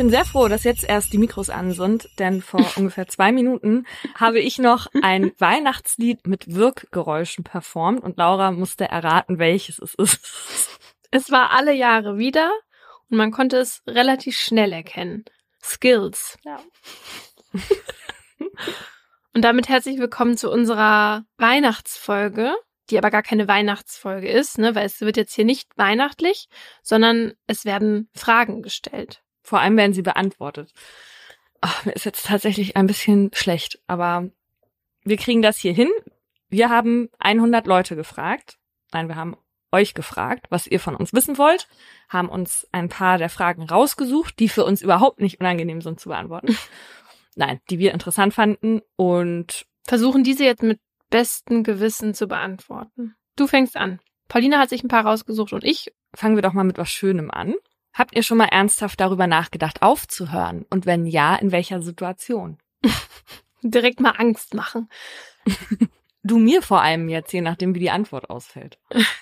bin sehr froh, dass jetzt erst die Mikros an sind, denn vor ungefähr 2 Minuten habe ich noch ein Weihnachtslied mit Wirkgeräuschen performt und Laura musste erraten, welches es ist. Es war alle Jahre wieder und man konnte es relativ schnell erkennen. Skills. Ja. Und damit herzlich willkommen zu unserer Weihnachtsfolge, die aber gar keine Weihnachtsfolge ist, ne, weil es wird jetzt hier nicht weihnachtlich, sondern es werden Fragen gestellt. Vor allem werden sie beantwortet. Mir ist jetzt tatsächlich ein bisschen schlecht, aber wir kriegen das hier hin. Wir haben 100 Leute gefragt. Nein, wir haben euch gefragt, was ihr von uns wissen wollt, haben uns ein paar der Fragen rausgesucht, die für uns überhaupt nicht unangenehm sind zu beantworten. Nein, die wir interessant fanden und versuchen diese jetzt mit bestem Gewissen zu beantworten. Du fängst an. Paulina hat sich ein paar rausgesucht und ich. Fangen wir doch mal mit was Schönem an. Habt ihr schon mal ernsthaft darüber nachgedacht, aufzuhören? Und wenn ja, in welcher Situation? Direkt mal Angst machen. Du mir vor allem jetzt, je nachdem, wie die Antwort ausfällt.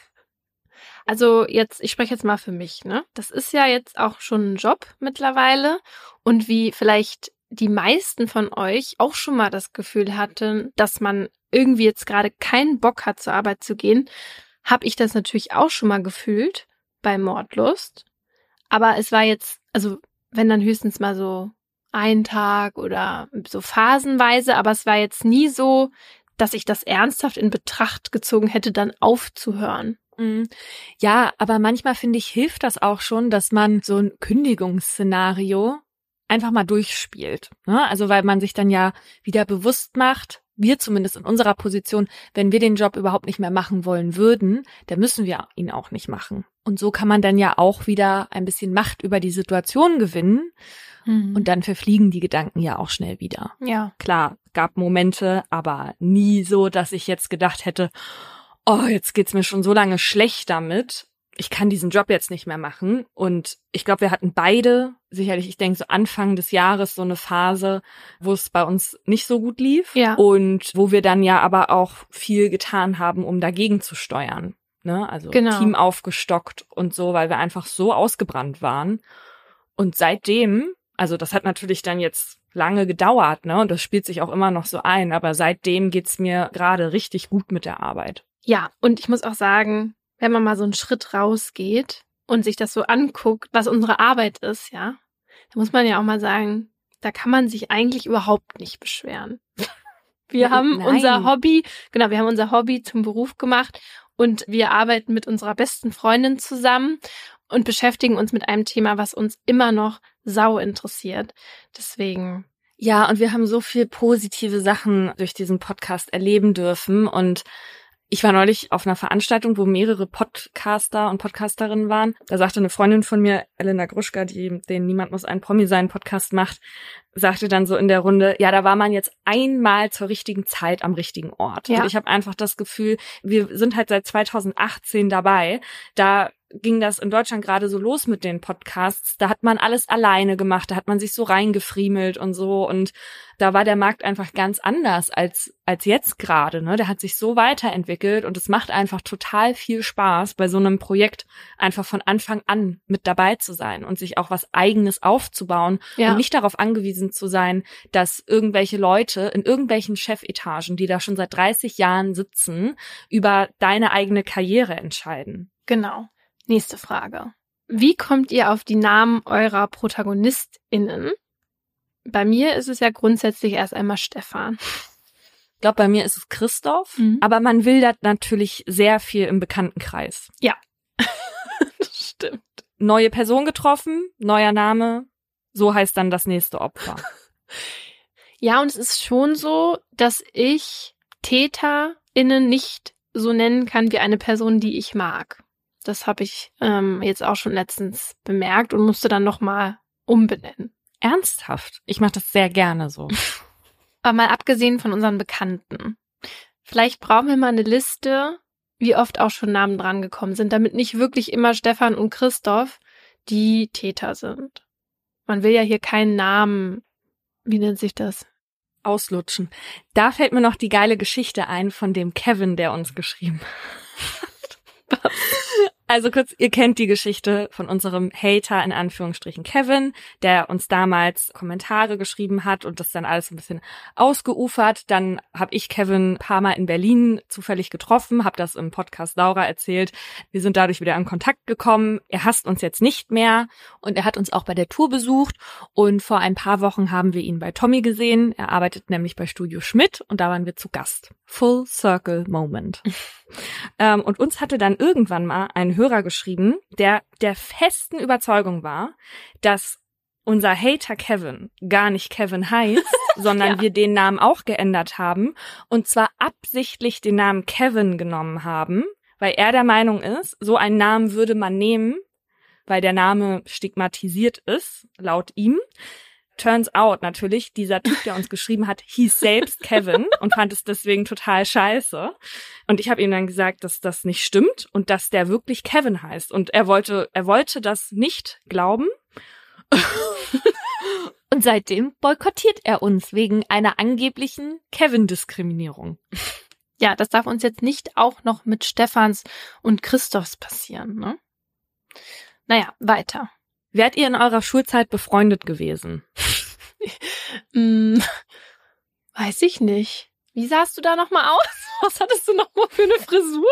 Also jetzt, ich spreche jetzt mal für mich, ne? Das ist ja jetzt auch schon ein Job mittlerweile und wie vielleicht die meisten von euch auch schon mal das Gefühl hatten, dass man irgendwie jetzt gerade keinen Bock hat, zur Arbeit zu gehen, habe ich das natürlich auch schon mal gefühlt bei Mordlust. Aber es war jetzt, also wenn dann höchstens mal so ein Tag oder so phasenweise, aber es war jetzt nie so, dass ich das ernsthaft in Betracht gezogen hätte, dann aufzuhören. Ja, aber manchmal finde ich, hilft das auch schon, dass man so ein Kündigungsszenario einfach mal durchspielt, ne? Also weil man sich dann ja wieder bewusst macht, wir zumindest in unserer Position, wenn wir den Job überhaupt nicht mehr machen wollen würden, dann müssen wir ihn auch nicht machen. Und so kann man dann ja auch wieder ein bisschen Macht über die Situation gewinnen und dann verfliegen die Gedanken ja auch schnell wieder. Ja. Klar, gab Momente, aber nie so, dass ich jetzt gedacht hätte, oh, jetzt geht's mir schon so lange schlecht damit. Ich kann diesen Job jetzt nicht mehr machen. Und ich glaube, wir hatten beide, sicherlich, ich denke so Anfang des Jahres so eine Phase, wo es bei uns nicht so gut lief. Ja. Und wo wir dann ja aber auch viel getan haben, um dagegen zu steuern. Ne? Also Genau. Team aufgestockt und so, weil wir einfach so ausgebrannt waren. Und seitdem, also das hat natürlich dann jetzt lange gedauert, ne? Und das spielt sich auch immer noch so ein. Aber seitdem geht's mir gerade richtig gut mit der Arbeit. Ja, und ich muss auch sagen, wenn man mal so einen Schritt rausgeht und sich das so anguckt, was unsere Arbeit ist, ja, da muss man ja auch mal sagen, da kann man sich eigentlich überhaupt nicht beschweren. Wir haben unser Hobby zum Beruf gemacht und wir arbeiten mit unserer besten Freundin zusammen und beschäftigen uns mit einem Thema, was uns immer noch sau interessiert. Deswegen. Ja, und wir haben so viel positive Sachen durch diesen Podcast erleben dürfen und ich war neulich auf einer Veranstaltung, wo mehrere Podcaster und Podcasterinnen waren. Da sagte eine Freundin von mir, Elena Gruschka, die den Niemand muss ein Promi sein Podcast macht, sagte dann so in der Runde, ja, da war man jetzt einmal zur richtigen Zeit am richtigen Ort. Ja. Und ich habe einfach das Gefühl, wir sind halt seit 2018 dabei. Da ging das in Deutschland gerade so los mit den Podcasts. Da hat man alles alleine gemacht, da hat man sich so reingefriemelt und so. Und da war der Markt einfach ganz anders als jetzt gerade, ne? Der hat sich so weiterentwickelt und es macht einfach total viel Spaß, bei so einem Projekt einfach von Anfang an mit dabei zu sein und sich auch was Eigenes aufzubauen und nicht darauf angewiesen zu sein, dass irgendwelche Leute in irgendwelchen Chefetagen, die da schon seit 30 Jahren sitzen, über deine eigene Karriere entscheiden. Genau. Nächste Frage. Wie kommt ihr auf die Namen eurer ProtagonistInnen? Bei mir ist es ja grundsätzlich erst einmal Stefan. Ich glaube, bei mir ist es Christoph, aber man wildert natürlich sehr viel im Bekanntenkreis. Ja, das stimmt. Neue Person getroffen, neuer Name, so heißt dann das nächste Opfer. Ja, und es ist schon so, dass ich TäterInnen nicht so nennen kann wie eine Person, die ich mag. Das habe ich jetzt auch schon letztens bemerkt und musste dann nochmal umbenennen. Ernsthaft? Ich mache das sehr gerne so. Aber mal abgesehen von unseren Bekannten. Vielleicht brauchen wir mal eine Liste, wie oft auch schon Namen dran gekommen sind, damit nicht wirklich immer Stefan und Christoph die Täter sind. Man will ja hier keinen Namen, wie nennt sich das? Auslutschen. Da fällt mir noch die geile Geschichte ein von dem Kevin, der uns geschrieben hat. Also kurz, ihr kennt die Geschichte von unserem Hater in Anführungsstrichen Kevin, der uns damals Kommentare geschrieben hat und das dann alles ein bisschen ausgeufert. Dann habe ich Kevin ein paar Mal in Berlin zufällig getroffen, habe das im Podcast Laura erzählt. Wir sind dadurch wieder in Kontakt gekommen. Er hasst uns jetzt nicht mehr und er hat uns auch bei der Tour besucht und vor ein paar Wochen haben wir ihn bei Tommy gesehen. Er arbeitet nämlich bei Studio Schmidt und da waren wir zu Gast. Full Circle Moment. Und uns hatte dann irgendwann mal ein Hörer geschrieben, der der festen Überzeugung war, dass unser Hater Kevin gar nicht Kevin heißt, sondern wir den Namen auch geändert haben und zwar absichtlich den Namen Kevin genommen haben, weil er der Meinung ist, so einen Namen würde man nehmen, weil der Name stigmatisiert ist, laut ihm. Turns out natürlich, dieser Typ, der uns geschrieben hat, hieß selbst Kevin und fand es deswegen total scheiße. Und ich habe ihm dann gesagt, dass das nicht stimmt und dass der wirklich Kevin heißt. Und er wollte das nicht glauben. Und seitdem boykottiert er uns wegen einer angeblichen Kevin-Diskriminierung. Ja, das darf uns jetzt nicht auch noch mit Stefans und Christophs passieren, ne? Naja, weiter. Wärt ihr in eurer Schulzeit befreundet gewesen? Weiß ich nicht. Wie sahst du da nochmal aus? Was hattest du nochmal für eine Frisur?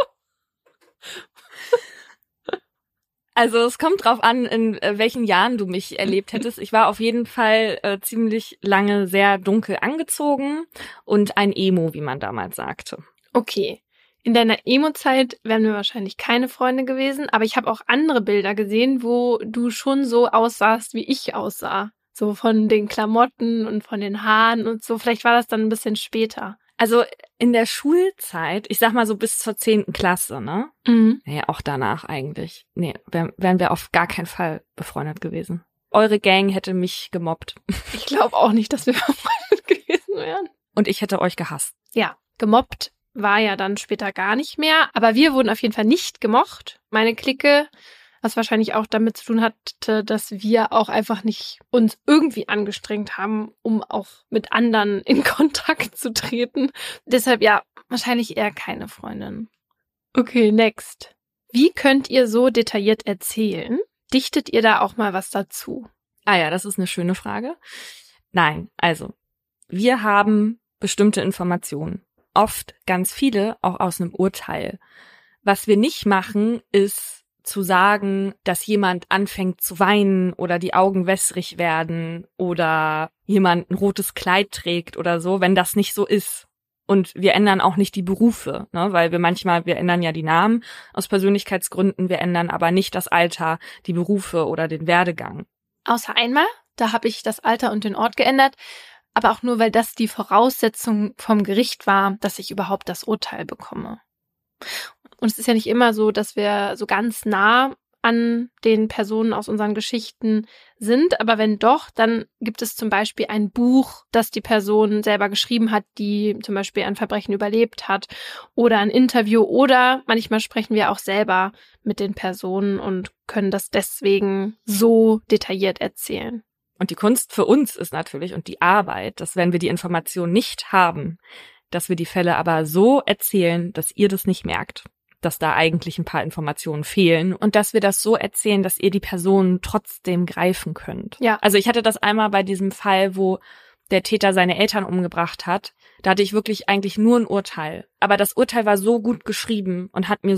Also es kommt drauf an, in welchen Jahren du mich erlebt hättest. Ich war auf jeden Fall ziemlich lange sehr dunkel angezogen und ein Emo, wie man damals sagte. Okay. In deiner Emo-Zeit wären wir wahrscheinlich keine Freunde gewesen, aber ich habe auch andere Bilder gesehen, wo du schon so aussahst, wie ich aussah. So von den Klamotten und von den Haaren und so. Vielleicht war das dann ein bisschen später. Also in der Schulzeit, ich sag mal so bis zur 10. Klasse, ne? Mhm. Naja, auch danach eigentlich. Nee, wären wir auf gar keinen Fall befreundet gewesen. Eure Gang hätte mich gemobbt. Ich glaube auch nicht, dass wir befreundet gewesen wären. Und ich hätte euch gehasst. Ja, gemobbt war ja dann später gar nicht mehr, aber wir wurden auf jeden Fall nicht gemocht. Meine Clique, was wahrscheinlich auch damit zu tun hatte, dass wir auch einfach nicht uns irgendwie angestrengt haben, um auch mit anderen in Kontakt zu treten. Deshalb ja, wahrscheinlich eher keine Freundin. Okay, next. Wie könnt ihr so detailliert erzählen? Dichtet ihr da auch mal was dazu? Ah ja, das ist eine schöne Frage. Nein, also, wir haben bestimmte Informationen. Oft ganz viele auch aus einem Urteil. Was wir nicht machen, ist zu sagen, dass jemand anfängt zu weinen oder die Augen wässrig werden oder jemand ein rotes Kleid trägt oder so, wenn das nicht so ist. Und wir ändern auch nicht die Berufe, ne? Weil wir ändern ja die Namen aus Persönlichkeitsgründen, wir ändern aber nicht das Alter, die Berufe oder den Werdegang. Außer einmal, da habe ich das Alter und den Ort geändert, aber auch nur, weil das die Voraussetzung vom Gericht war, dass ich überhaupt das Urteil bekomme. Und es ist ja nicht immer so, dass wir so ganz nah an den Personen aus unseren Geschichten sind, aber wenn doch, dann gibt es zum Beispiel ein Buch, das die Person selber geschrieben hat, die zum Beispiel ein Verbrechen überlebt hat, oder ein Interview, oder manchmal sprechen wir auch selber mit den Personen und können das deswegen so detailliert erzählen. Und die Kunst für uns ist natürlich und die Arbeit, dass wenn wir die Information nicht haben, dass wir die Fälle aber so erzählen, dass ihr das nicht merkt, dass da eigentlich ein paar Informationen fehlen und dass wir das so erzählen, dass ihr die Person trotzdem greifen könnt. Ja. Also ich hatte das einmal bei diesem Fall, wo der Täter seine Eltern umgebracht hat. Da hatte ich wirklich eigentlich nur ein Urteil. Aber das Urteil war so gut geschrieben und hat mir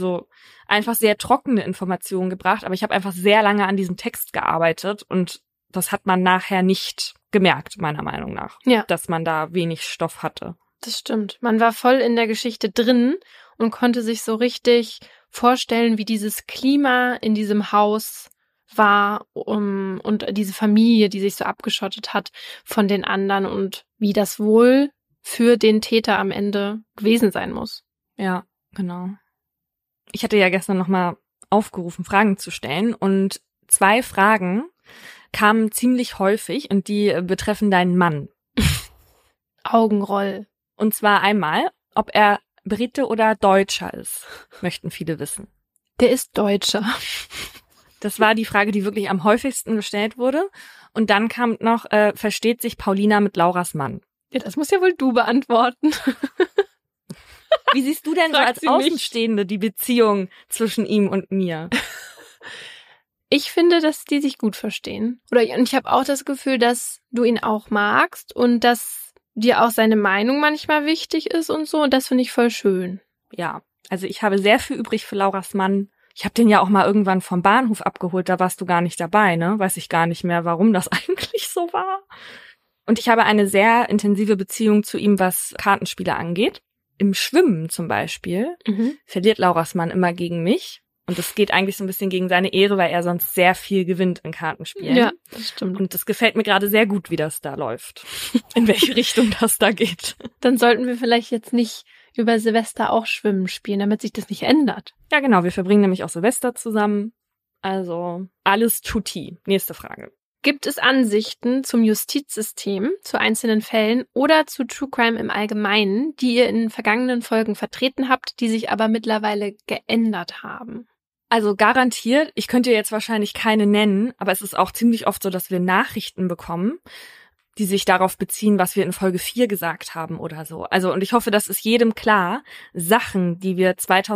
einfach sehr trockene Informationen gebracht. Aber ich habe einfach sehr lange an diesem Text gearbeitet und das hat man nachher nicht gemerkt, meiner Meinung nach, dass man da wenig Stoff hatte. Das stimmt. Man war voll in der Geschichte drin und konnte sich so richtig vorstellen, wie dieses Klima in diesem Haus war und diese Familie, die sich so abgeschottet hat von den anderen und wie das wohl für den Täter am Ende gewesen sein muss. Ja, genau. Ich hatte ja gestern nochmal aufgerufen, Fragen zu stellen und 2 Fragen kamen ziemlich häufig und die betreffen deinen Mann. Augenroll. Und zwar einmal, ob er Brite oder Deutscher ist, möchten viele wissen. Der ist Deutscher. Das war die Frage, die wirklich am häufigsten gestellt wurde. Und dann kam noch, versteht sich Paulina mit Lauras Mann? Ja, das muss ja wohl du beantworten. Wie siehst du denn so als Außenstehende die Beziehung zwischen ihm und mir? Ich finde, dass die sich gut verstehen. Und ich habe auch das Gefühl, dass du ihn auch magst und dass dir auch seine Meinung manchmal wichtig ist und so. Und das finde ich voll schön. Ja, also ich habe sehr viel übrig für Lauras Mann. Ich habe den ja auch mal irgendwann vom Bahnhof abgeholt. Da warst du gar nicht dabei, ne? Weiß ich gar nicht mehr, warum das eigentlich so war. Und ich habe eine sehr intensive Beziehung zu ihm, was Kartenspiele angeht. Im Schwimmen zum Beispiel verliert Lauras Mann immer gegen mich. Und das geht eigentlich so ein bisschen gegen seine Ehre, weil er sonst sehr viel gewinnt in Kartenspielen. Ja, das stimmt. Und das gefällt mir gerade sehr gut, wie das da läuft. In welche Richtung das da geht. Dann sollten wir vielleicht jetzt nicht über Silvester auch Schwimmen spielen, damit sich das nicht ändert. Ja, genau. Wir verbringen nämlich auch Silvester zusammen. Also alles tutti. Nächste Frage. Gibt es Ansichten zum Justizsystem, zu einzelnen Fällen oder zu True Crime im Allgemeinen, die ihr in vergangenen Folgen vertreten habt, die sich aber mittlerweile geändert haben? Also garantiert, ich könnte jetzt wahrscheinlich keine nennen, aber es ist auch ziemlich oft so, dass wir Nachrichten bekommen, die sich darauf beziehen, was wir in Folge 4 gesagt haben oder so. Also, und ich hoffe, das ist jedem klar, Sachen, die wir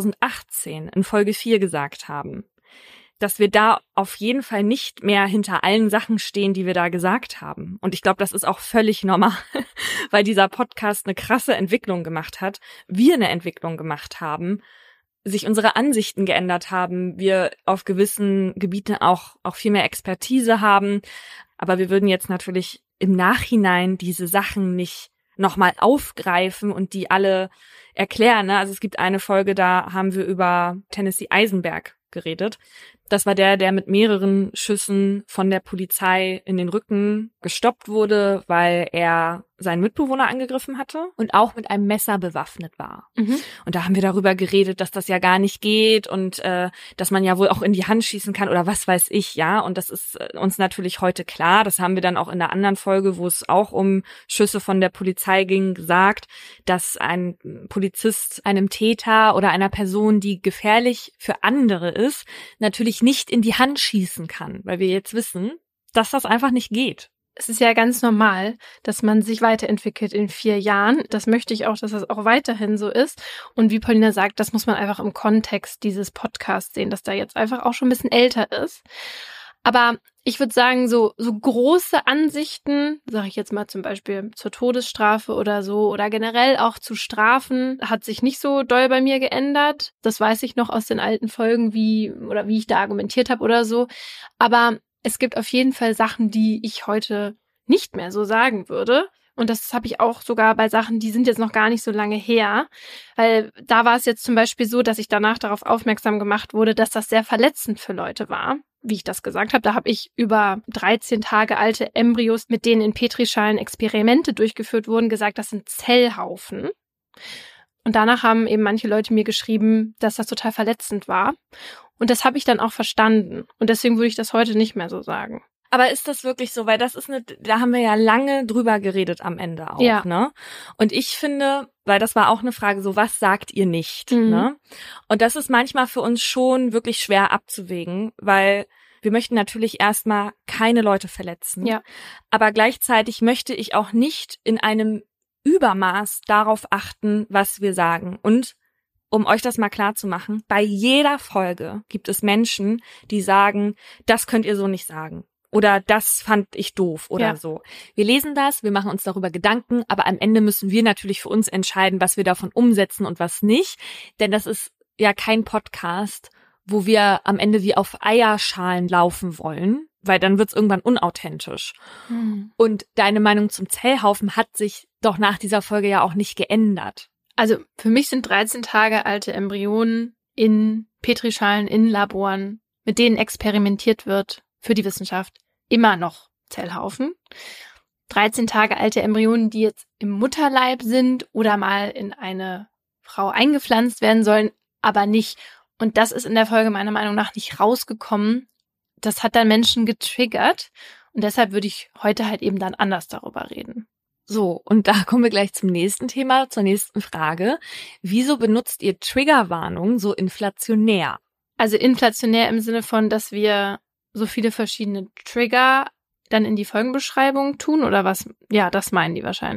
2018 in Folge 4 gesagt haben, dass wir da auf jeden Fall nicht mehr hinter allen Sachen stehen, die wir da gesagt haben. Und ich glaube, das ist auch völlig normal, weil dieser Podcast eine krasse Entwicklung gemacht hat, wir eine Entwicklung gemacht haben, sich unsere Ansichten geändert haben, wir auf gewissen Gebieten auch viel mehr Expertise haben. Aber wir würden jetzt natürlich im Nachhinein diese Sachen nicht nochmal aufgreifen und die alle erklären. Ne? Also es gibt eine Folge, da haben wir über Tennessee Eisenberg geredet. Das war der mit mehreren Schüssen von der Polizei in den Rücken gestoppt wurde, weil er seinen Mitbewohner angegriffen hatte und auch mit einem Messer bewaffnet war. Und da haben wir darüber geredet, dass das ja gar nicht geht und dass man ja wohl auch in die Hand schießen kann oder was weiß ich, ja. Und das ist uns natürlich heute klar. Das haben wir dann auch in der anderen Folge, wo es auch um Schüsse von der Polizei ging, gesagt, dass ein Polizist einem Täter oder einer Person, die gefährlich für andere ist, natürlich nicht in die Hand schießen kann, weil wir jetzt wissen, dass das einfach nicht geht. Es ist ja ganz normal, dass man sich weiterentwickelt in 4 Jahren. Das möchte ich auch, dass das auch weiterhin so ist. Und wie Paulina sagt, das muss man einfach im Kontext dieses Podcasts sehen, dass da jetzt einfach auch schon ein bisschen älter ist. Aber ich würde sagen, so große Ansichten, sage ich jetzt mal zum Beispiel zur Todesstrafe oder so, oder generell auch zu Strafen, hat sich nicht so doll bei mir geändert. Das weiß ich noch aus den alten Folgen, wie ich da argumentiert habe oder so. Aber es gibt auf jeden Fall Sachen, die ich heute nicht mehr so sagen würde. Und das habe ich auch sogar bei Sachen, die sind jetzt noch gar nicht so lange her. Weil da war es jetzt zum Beispiel so, dass ich danach darauf aufmerksam gemacht wurde, dass das sehr verletzend für Leute war. Wie ich das gesagt habe, da habe ich über 13 Tage alte Embryos, mit denen in Petrischalen Experimente durchgeführt wurden, gesagt, das sind Zellhaufen. Und danach haben eben manche Leute mir geschrieben, dass das total verletzend war. Und das habe ich dann auch verstanden. Und deswegen würde ich das heute nicht mehr so sagen. Aber ist das wirklich so? Weil das ist da haben wir ja lange drüber geredet am Ende auch, ja. Ne? Und ich finde, weil das war auch eine Frage, so was sagt ihr nicht, ne? Und das ist manchmal für uns schon wirklich schwer abzuwägen, weil wir möchten natürlich erstmal keine Leute verletzen. Ja. Aber gleichzeitig möchte ich auch nicht in einem Übermaß darauf achten, was wir sagen. Und um euch das mal klar zu machen, bei jeder Folge gibt es Menschen, die sagen, das könnt ihr so nicht sagen. Oder das fand ich doof oder so. Wir lesen das, wir machen uns darüber Gedanken, aber am Ende müssen wir natürlich für uns entscheiden, was wir davon umsetzen und was nicht. Denn das ist ja kein Podcast, wo wir am Ende wie auf Eierschalen laufen wollen, weil dann wird's irgendwann unauthentisch. Und deine Meinung zum Zellhaufen hat sich doch nach dieser Folge ja auch nicht geändert. Also für mich sind 13 Tage alte Embryonen in Petrischalen, in Laboren, mit denen experimentiert wird für die Wissenschaft, immer noch Zellhaufen. 13 Tage alte Embryonen, die jetzt im Mutterleib sind oder mal in eine Frau eingepflanzt werden sollen, aber nicht. Und das ist in der Folge meiner Meinung nach nicht rausgekommen. Das hat dann Menschen getriggert. Und deshalb würde ich heute halt eben dann anders darüber reden. So, und da kommen wir gleich zum nächsten Thema, zur nächsten Frage. Wieso benutzt ihr Triggerwarnung so inflationär? Also inflationär im Sinne von, dass wir so viele verschiedene Trigger dann in die Folgenbeschreibung tun oder was? Ja, das meinen die wahrscheinlich.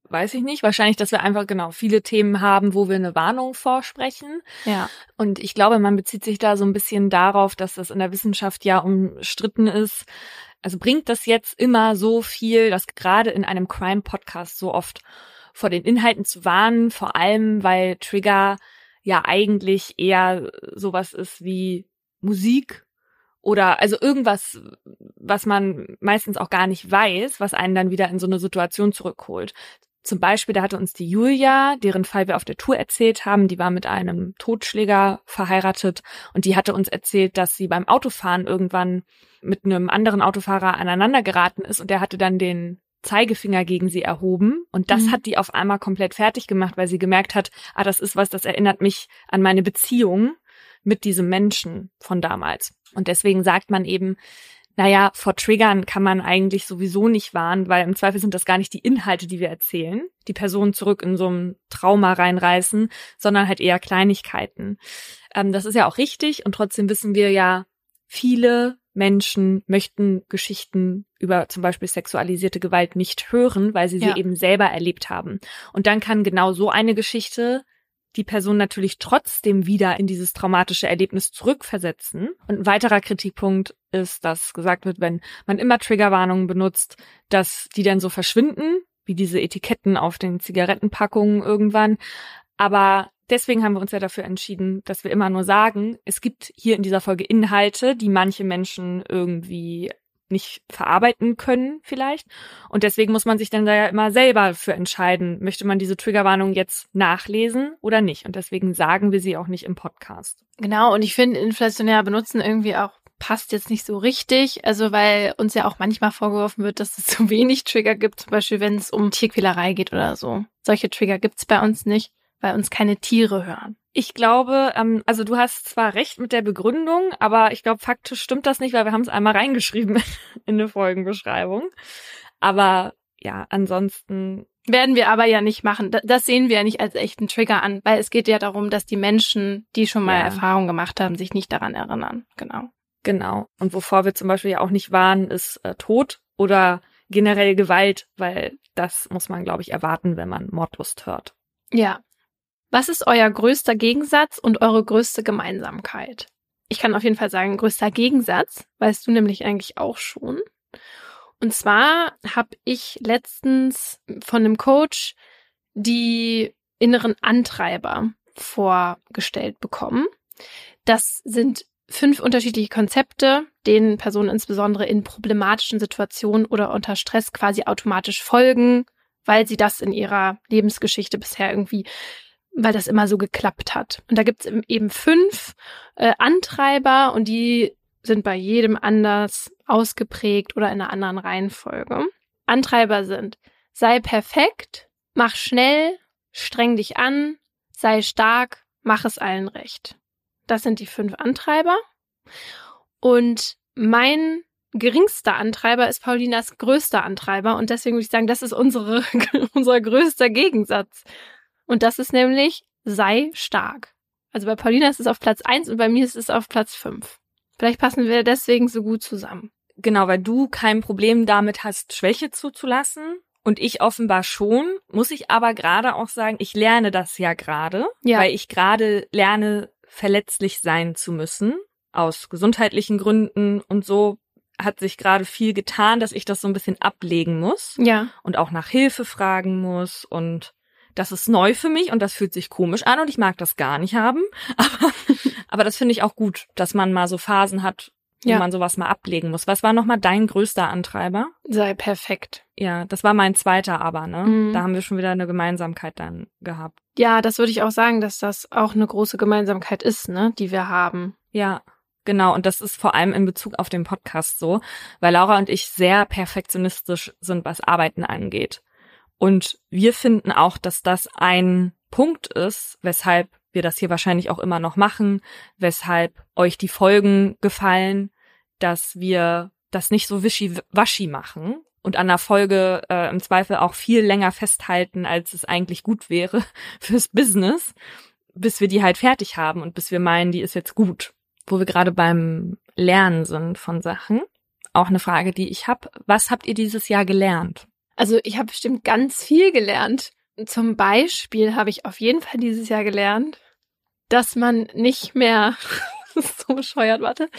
weiß ich nicht. Wahrscheinlich, dass wir einfach viele Themen haben, wo wir eine Warnung vorsprechen. Ja. Und ich glaube, man bezieht sich da so ein bisschen darauf, dass das in der Wissenschaft ja umstritten ist. Also bringt das jetzt immer so viel, dass gerade in einem Crime-Podcast so oft vor den Inhalten zu warnen, vor allem, weil Trigger ja eigentlich eher sowas ist wie Musik oder also irgendwas, was man meistens auch gar nicht weiß, was einen dann wieder in so eine Situation zurückholt. Zum Beispiel, da hatte uns die Julia, deren Fall wir auf der Tour erzählt haben, die war mit einem Totschläger verheiratet und die hatte uns erzählt, dass sie beim Autofahren irgendwann mit einem anderen Autofahrer aneinander geraten ist und der hatte dann den Zeigefinger gegen sie erhoben und das hat die auf einmal komplett fertig gemacht, weil sie gemerkt hat, das ist was, das erinnert mich an meine Beziehung mit diesem Menschen von damals. Und deswegen sagt man eben, naja, vor Triggern kann man eigentlich sowieso nicht warnen, weil im Zweifel sind das gar nicht die Inhalte, die wir erzählen, die Personen zurück in so ein Trauma reinreißen, sondern halt eher Kleinigkeiten. Das ist ja auch richtig und trotzdem wissen wir ja, viele Menschen möchten Geschichten über zum Beispiel sexualisierte Gewalt nicht hören, weil sie eben selber erlebt haben. Und dann kann genau so eine Geschichte die Person natürlich trotzdem wieder in dieses traumatische Erlebnis zurückversetzen. Und ein weiterer Kritikpunkt ist, dass gesagt wird, wenn man immer Triggerwarnungen benutzt, dass die dann so verschwinden, wie diese Etiketten auf den Zigarettenpackungen irgendwann. Aber deswegen haben wir uns ja dafür entschieden, dass wir immer nur sagen, es gibt hier in dieser Folge Inhalte, die manche Menschen irgendwie nicht verarbeiten können vielleicht. Und deswegen muss man sich dann da ja immer selber für entscheiden, möchte man diese Triggerwarnung jetzt nachlesen oder nicht. Und deswegen sagen wir sie auch nicht im Podcast. Genau, und ich finde, inflationär benutzen irgendwie auch passt jetzt nicht so richtig. Also weil uns ja auch manchmal vorgeworfen wird, dass es zu wenig Trigger gibt, zum Beispiel wenn es um Tierquälerei geht oder so. Solche Trigger gibt's bei uns nicht, weil uns keine Tiere hören. Ich glaube, also du hast zwar recht mit der Begründung, aber ich glaube, faktisch stimmt das nicht, weil wir haben es einmal reingeschrieben in eine Folgenbeschreibung. Aber ja, ansonsten werden wir aber ja nicht machen. Das sehen wir ja nicht als echten Trigger an, weil es geht ja darum, dass die Menschen, die schon mal Erfahrung gemacht haben, sich nicht daran erinnern. Genau. Und wovor wir zum Beispiel ja auch nicht warnen, ist Tod oder generell Gewalt, weil das muss man, glaube ich, erwarten, wenn man Mordlust hört. Ja. Was ist euer größter Gegensatz und eure größte Gemeinsamkeit? Ich kann auf jeden Fall sagen, größter Gegensatz, weißt du nämlich eigentlich auch schon. Und zwar habe ich letztens von einem Coach die inneren Antreiber vorgestellt bekommen. Das sind 5 unterschiedliche Konzepte, denen Personen insbesondere in problematischen Situationen oder unter Stress quasi automatisch folgen, weil sie das in ihrer Lebensgeschichte bisher irgendwie, weil das immer so geklappt hat. Und da gibt es eben 5 Antreiber und die sind bei jedem anders ausgeprägt oder in einer anderen Reihenfolge. Antreiber sind: sei perfekt, mach schnell, streng dich an, sei stark, mach es allen recht. Das sind die 5 Antreiber. Und mein geringster Antreiber ist Paulinas größter Antreiber. Und deswegen würde ich sagen, das ist unser größter Gegensatz. Und das ist nämlich, sei stark. Also bei Paulina ist es auf Platz 1 und bei mir ist es auf Platz 5. Vielleicht passen wir deswegen so gut zusammen. Genau, weil du kein Problem damit hast, Schwäche zuzulassen. Und ich offenbar schon, muss ich aber gerade auch sagen, ich lerne das ja gerade, weil ich gerade lerne, verletzlich sein zu müssen, aus gesundheitlichen Gründen und so hat sich gerade viel getan, dass ich das so ein bisschen ablegen muss und auch nach Hilfe fragen muss und das ist neu für mich und das fühlt sich komisch an und ich mag das gar nicht haben, aber das finde ich auch gut, dass man mal so Phasen hat, wo man sowas mal ablegen muss. Was war nochmal dein größter Antreiber? Sei perfekt. Ja, das war mein zweiter aber, ne? Mhm. Da haben wir schon wieder eine Gemeinsamkeit dann gehabt. Ja, das würde ich auch sagen, dass das auch eine große Gemeinsamkeit ist, ne, die wir haben. Ja, genau. Und das ist vor allem in Bezug auf den Podcast so, weil Laura und ich sehr perfektionistisch sind, was Arbeiten angeht. Und wir finden auch, dass das ein Punkt ist, weshalb wir das hier wahrscheinlich auch immer noch machen, weshalb euch die Folgen gefallen, dass wir das nicht so wischiwaschi machen und an der Folge im Zweifel auch viel länger festhalten, als es eigentlich gut wäre fürs Business, bis wir die halt fertig haben und bis wir meinen, die ist jetzt gut. Wo wir gerade beim Lernen sind von Sachen. Auch eine Frage, die ich habe. Was habt ihr dieses Jahr gelernt? Also ich habe bestimmt ganz viel gelernt. Zum Beispiel habe ich auf jeden Fall dieses Jahr gelernt, dass man nicht mehr, das ist so bescheuert, warte,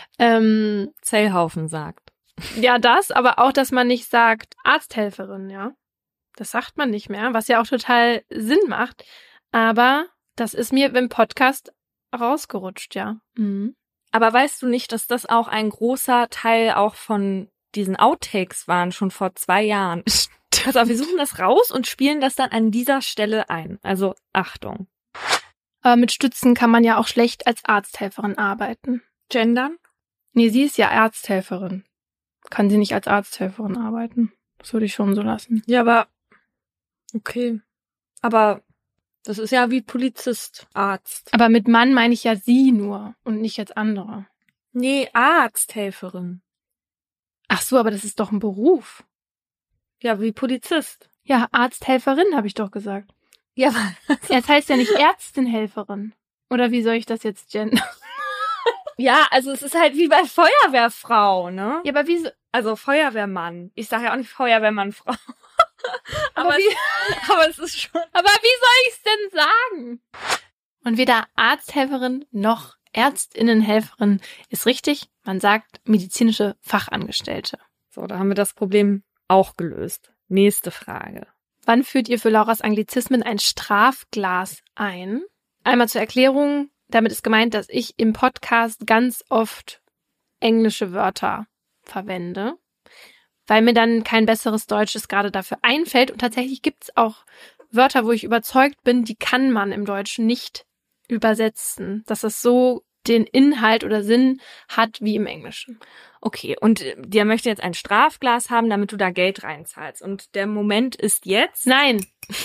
Zellhaufen sagt. ja das, aber auch, dass man nicht sagt Arzthelferin, ja. Das sagt man nicht mehr, was ja auch total Sinn macht. Aber das ist mir im Podcast rausgerutscht, ja. Mhm. Aber weißt du nicht, dass das auch ein großer Teil auch von diesen Outtakes waren, schon vor 2 Jahren? Pass auf, wir suchen das raus und spielen das dann an dieser Stelle ein. Also Achtung. Aber mit Stützen kann man ja auch schlecht als Arzthelferin arbeiten. Gendern? Nee, sie ist ja Arzthelferin. Kann sie nicht als Arzthelferin arbeiten? Das würde ich schon so lassen. Ja, aber okay. Aber das ist ja wie Polizist, Arzt. Aber mit Mann meine ich ja sie nur und nicht jetzt andere. Nee, Arzthelferin. Ach so, aber das ist doch ein Beruf. Ja, wie Polizist. Ja, Arzthelferin habe ich doch gesagt. Ja, aber Es heißt ja nicht Ärztinhelferin. Oder wie soll ich das jetzt gendern? ja, also es ist halt wie bei Feuerwehrfrau, ne? Ja, aber wieso? Also Feuerwehrmann. Ich sage ja auch nicht Feuerwehrmann-Frau. Aber aber es ist schon... Aber wie soll ich es denn sagen? Und weder Arzthelferin noch Ärztinnenhelferin ist richtig. Man sagt medizinische Fachangestellte. So, da haben wir das Problem auch gelöst. Nächste Frage. Wann führt ihr für Lauras Anglizismen ein Strafglas ein? Einmal zur Erklärung. Damit ist gemeint, dass ich im Podcast ganz oft englische Wörter verwende, weil mir dann kein besseres Deutsches gerade dafür einfällt. Und tatsächlich gibt es auch Wörter, wo ich überzeugt bin, die kann man im Deutschen nicht übersetzen, dass es so den Inhalt oder Sinn hat wie im Englischen. Okay, und der möchte jetzt ein Strafglas haben, damit du da Geld reinzahlst. Und der Moment ist jetzt? Nein.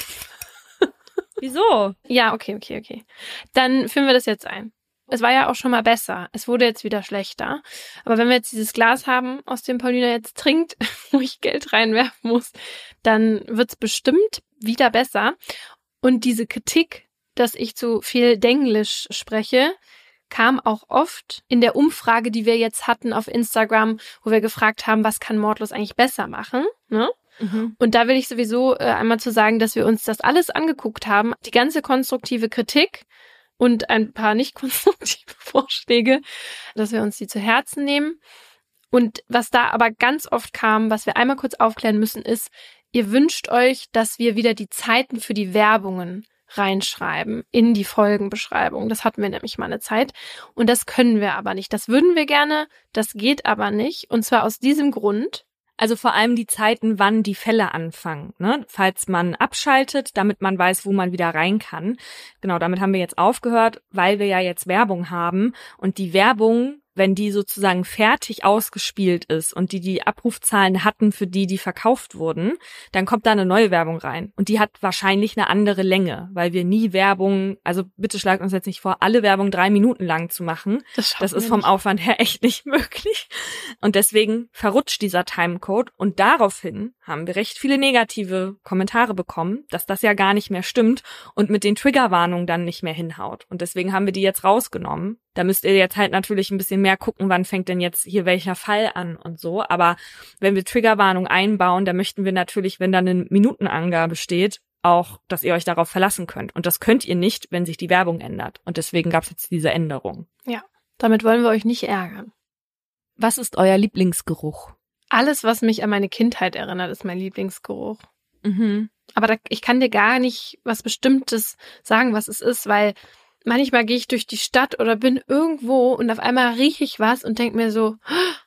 Wieso? Ja, okay. Dann führen wir das jetzt ein. Es war ja auch schon mal besser. Es wurde jetzt wieder schlechter. Aber wenn wir jetzt dieses Glas haben, aus dem Paulina jetzt trinkt, wo ich Geld reinwerfen muss, dann wird's bestimmt wieder besser. Und diese Kritik, dass ich zu viel Denglisch spreche, kam auch oft in der Umfrage, die wir jetzt hatten auf Instagram, wo wir gefragt haben, was kann Mordlos eigentlich besser machen, ne? Mhm. Und da will ich sowieso einmal zu sagen, dass wir uns das alles angeguckt haben, die ganze konstruktive Kritik und ein paar nicht konstruktive Vorschläge, dass wir uns die zu Herzen nehmen. Und was da aber ganz oft kam, was wir einmal kurz aufklären müssen, ist, ihr wünscht euch, dass wir wieder die Zeiten für die Werbungen reinschreiben in die Folgenbeschreibung. Das hatten wir nämlich mal eine Zeit. Und das können wir aber nicht. Das würden wir gerne, das geht aber nicht. Und zwar aus diesem Grund. Also vor allem die Zeiten, wann die Fälle anfangen, ne? Falls man abschaltet, damit man weiß, wo man wieder rein kann. Genau, damit haben wir jetzt aufgehört, weil wir ja jetzt Werbung haben. Und die Werbung, wenn die sozusagen fertig ausgespielt ist und die Abrufzahlen hatten für die verkauft wurden, dann kommt da eine neue Werbung rein. Und die hat wahrscheinlich eine andere Länge, weil wir nie Werbung, also bitte schlagt uns jetzt nicht vor, alle Werbung 3 Minuten lang zu machen. Das ist vom Aufwand her echt nicht möglich. Und deswegen verrutscht dieser Timecode. Und daraufhin haben wir recht viele negative Kommentare bekommen, dass das ja gar nicht mehr stimmt und mit den Triggerwarnungen dann nicht mehr hinhaut. Und deswegen haben wir die jetzt rausgenommen. Da müsst ihr jetzt halt natürlich ein bisschen mehr gucken, wann fängt denn jetzt hier welcher Fall an und so. Aber wenn wir Triggerwarnung einbauen, dann möchten wir natürlich, wenn da eine Minutenangabe steht, auch, dass ihr euch darauf verlassen könnt. Und das könnt ihr nicht, wenn sich die Werbung ändert. Und deswegen gab es jetzt diese Änderung. Ja, damit wollen wir euch nicht ärgern. Was ist euer Lieblingsgeruch? Alles, was mich an meine Kindheit erinnert, ist mein Lieblingsgeruch. Mhm. Aber ich kann dir gar nicht was Bestimmtes sagen, was es ist, weil manchmal gehe ich durch die Stadt oder bin irgendwo und auf einmal rieche ich was und denke mir so,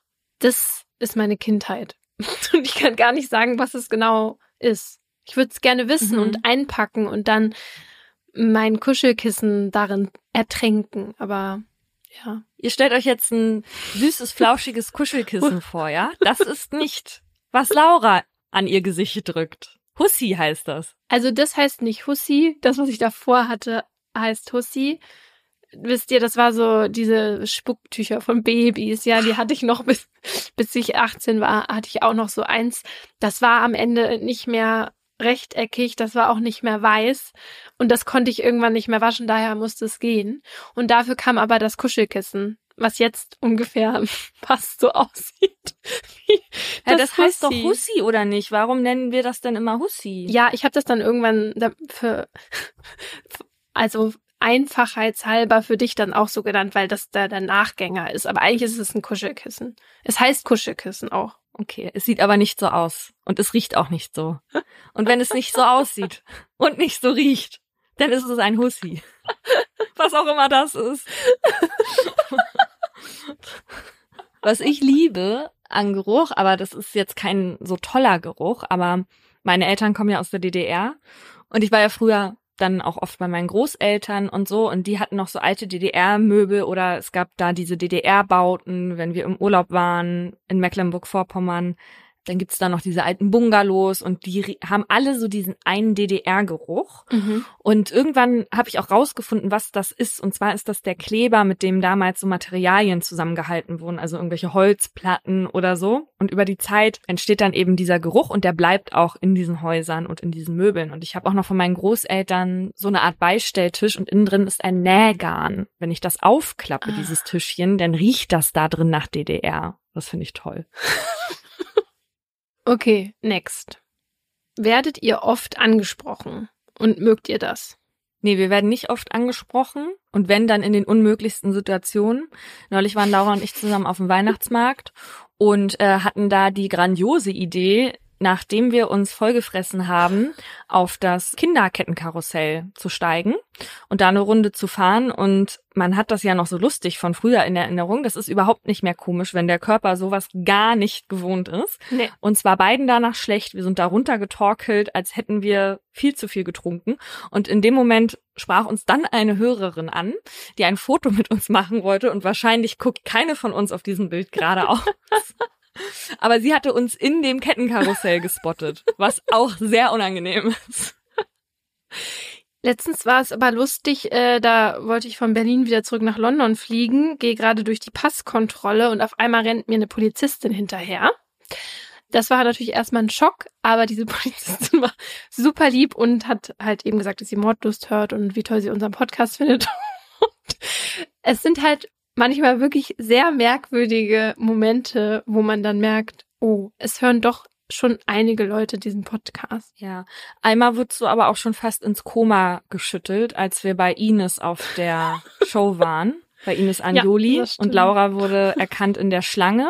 das ist meine Kindheit. Und ich kann gar nicht sagen, was es genau ist. Ich würde es gerne wissen und einpacken und dann mein Kuschelkissen darin ertränken, aber ja. Ihr stellt euch jetzt ein süßes, flauschiges Kuschelkissen vor, ja? Das ist nicht, was Laura an ihr Gesicht drückt. Hussi heißt das. Also das heißt nicht Hussi, das, was ich davor hatte, heißt Hussi. Wisst ihr, das war so diese Spucktücher von Babys, ja, die hatte ich noch bis ich 18 war, hatte ich auch noch so eins. Das war am Ende nicht mehr rechteckig, das war auch nicht mehr weiß und das konnte ich irgendwann nicht mehr waschen, daher musste es gehen. Und dafür kam aber das Kuschelkissen, was jetzt ungefähr fast so aussieht. Ja, das heißt doch Hussi, oder nicht? Warum nennen wir das denn immer Hussi? Ja, ich habe das dann irgendwann also einfachheitshalber für dich dann auch so genannt, weil das der Nachgänger ist. Aber eigentlich ist es ein Kuschelkissen. Es heißt Kuschelkissen auch. Okay, es sieht aber nicht so aus. Und es riecht auch nicht so. Und wenn es nicht so aussieht und nicht so riecht, dann ist es ein Hussi. Was auch immer das ist. Was ich liebe an Geruch, aber das ist jetzt kein so toller Geruch, aber meine Eltern kommen ja aus der DDR und ich war ja früher dann auch oft bei meinen Großeltern und so und die hatten noch so alte DDR-Möbel oder es gab da diese DDR-Bauten, wenn wir im Urlaub waren in Mecklenburg-Vorpommern. Dann gibt's da noch diese alten Bungalows und die haben alle so diesen einen DDR-Geruch. Mhm. Und irgendwann habe ich auch rausgefunden, was das ist. Und zwar ist das der Kleber, mit dem damals so Materialien zusammengehalten wurden, also irgendwelche Holzplatten oder so. Und über die Zeit entsteht dann eben dieser Geruch und der bleibt auch in diesen Häusern und in diesen Möbeln. Und ich habe auch noch von meinen Großeltern so eine Art Beistelltisch und innen drin ist ein Nähgarn. Wenn ich das aufklappe, dieses Tischchen, dann riecht das da drin nach DDR. Das finde ich toll. Okay, next. Werdet ihr oft angesprochen und mögt ihr das? Nee, wir werden nicht oft angesprochen und wenn, dann in den unmöglichsten Situationen. Neulich waren Laura und ich zusammen auf dem Weihnachtsmarkt und hatten da die grandiose Idee, nachdem wir uns vollgefressen haben, auf das Kinderkettenkarussell zu steigen und da eine Runde zu fahren. Und man hat das ja noch so lustig von früher in Erinnerung. Das ist überhaupt nicht mehr komisch, wenn der Körper sowas gar nicht gewohnt ist. Nee. Uns war beiden danach schlecht. Wir sind da runtergetorkelt, als hätten wir viel zu viel getrunken. Und in dem Moment sprach uns dann eine Hörerin an, die ein Foto mit uns machen wollte. Und wahrscheinlich guckt keine von uns auf diesem Bild gerade aus. Aber sie hatte uns in dem Kettenkarussell gespottet, was auch sehr unangenehm ist. Letztens war es aber lustig, da wollte ich von Berlin wieder zurück nach London fliegen, gehe gerade durch die Passkontrolle und auf einmal rennt mir eine Polizistin hinterher. Das war natürlich erstmal ein Schock, aber diese Polizistin war super lieb und hat halt eben gesagt, dass sie Mordlust hört und wie toll sie unseren Podcast findet. Und es sind halt manchmal wirklich sehr merkwürdige Momente, wo man dann merkt, oh, es hören doch schon einige Leute diesen Podcast. Ja, einmal wurdest du aber auch schon fast ins Koma geschüttelt, als wir bei Ines auf der Show waren, bei Ines Anjoli. Ja, und Laura wurde erkannt in der Schlange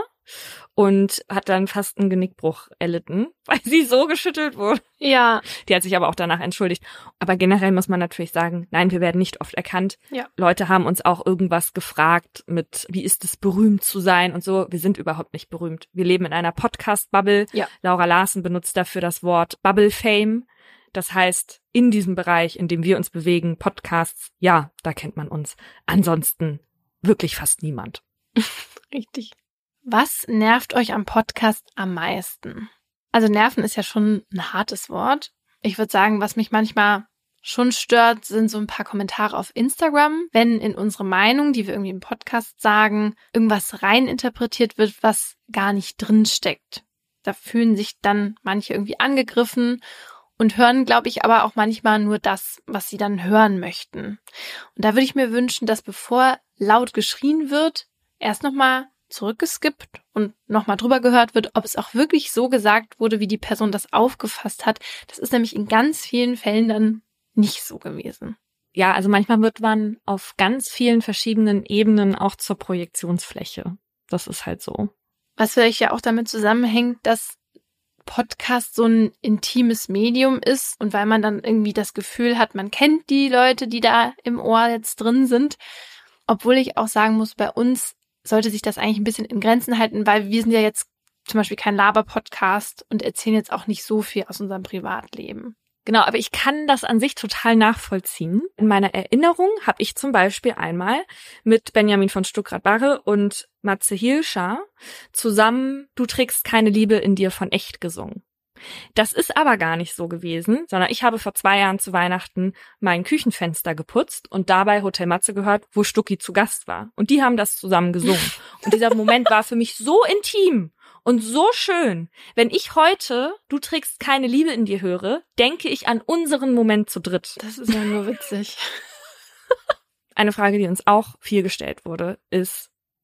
und hat dann fast einen Genickbruch erlitten, weil sie so geschüttelt wurde. Ja. Die hat sich aber auch danach entschuldigt. Aber generell muss man natürlich sagen, nein, wir werden nicht oft erkannt. Ja. Leute haben uns auch irgendwas gefragt mit, wie ist es, berühmt zu sein und so. Wir sind überhaupt nicht berühmt. Wir leben in einer Podcast-Bubble. Ja. Laura Larsen benutzt dafür das Wort Bubble-Fame. Das heißt, in diesem Bereich, in dem wir uns bewegen, Podcasts, ja, da kennt man uns. Ansonsten wirklich fast niemand. Richtig. Was nervt euch am Podcast am meisten? Also nerven ist ja schon ein hartes Wort. Ich würde sagen, was mich manchmal schon stört, sind so ein paar Kommentare auf Instagram, wenn in unsere Meinung, die wir irgendwie im Podcast sagen, irgendwas reininterpretiert wird, was gar nicht drin steckt. Da fühlen sich dann manche irgendwie angegriffen und hören, glaube ich, aber auch manchmal nur das, was sie dann hören möchten. Und da würde ich mir wünschen, dass bevor laut geschrien wird, erst nochmal zurückgeskippt und nochmal drüber gehört wird, ob es auch wirklich so gesagt wurde, wie die Person das aufgefasst hat. Das ist nämlich in ganz vielen Fällen dann nicht so gewesen. Ja, also manchmal wird man auf ganz vielen verschiedenen Ebenen auch zur Projektionsfläche. Das ist halt so. Was vielleicht ja auch damit zusammenhängt, dass Podcast so ein intimes Medium ist und weil man dann irgendwie das Gefühl hat, man kennt die Leute, die da im Ohr jetzt drin sind. Obwohl ich auch sagen muss, bei uns sollte sich das eigentlich ein bisschen in Grenzen halten, weil wir sind ja jetzt zum Beispiel kein Laber-Podcast und erzählen jetzt auch nicht so viel aus unserem Privatleben. Genau, aber ich kann das an sich total nachvollziehen. In meiner Erinnerung habe ich zum Beispiel einmal mit Benjamin von Stuckrad-Barre und Matze Hilscher zusammen Du trägst keine Liebe in dir von echt gesungen. Das ist aber gar nicht so gewesen, sondern ich habe vor 2 Jahren zu Weihnachten mein Küchenfenster geputzt und dabei Hotel Matze gehört, wo Stucki zu Gast war. Und die haben das zusammen gesungen. Und dieser Moment war für mich so intim und so schön. Wenn ich heute Du trägst keine Liebe in dir höre, denke ich an unseren Moment zu dritt. Das ist ja nur witzig. Eine Frage, die uns auch viel gestellt wurde, ist,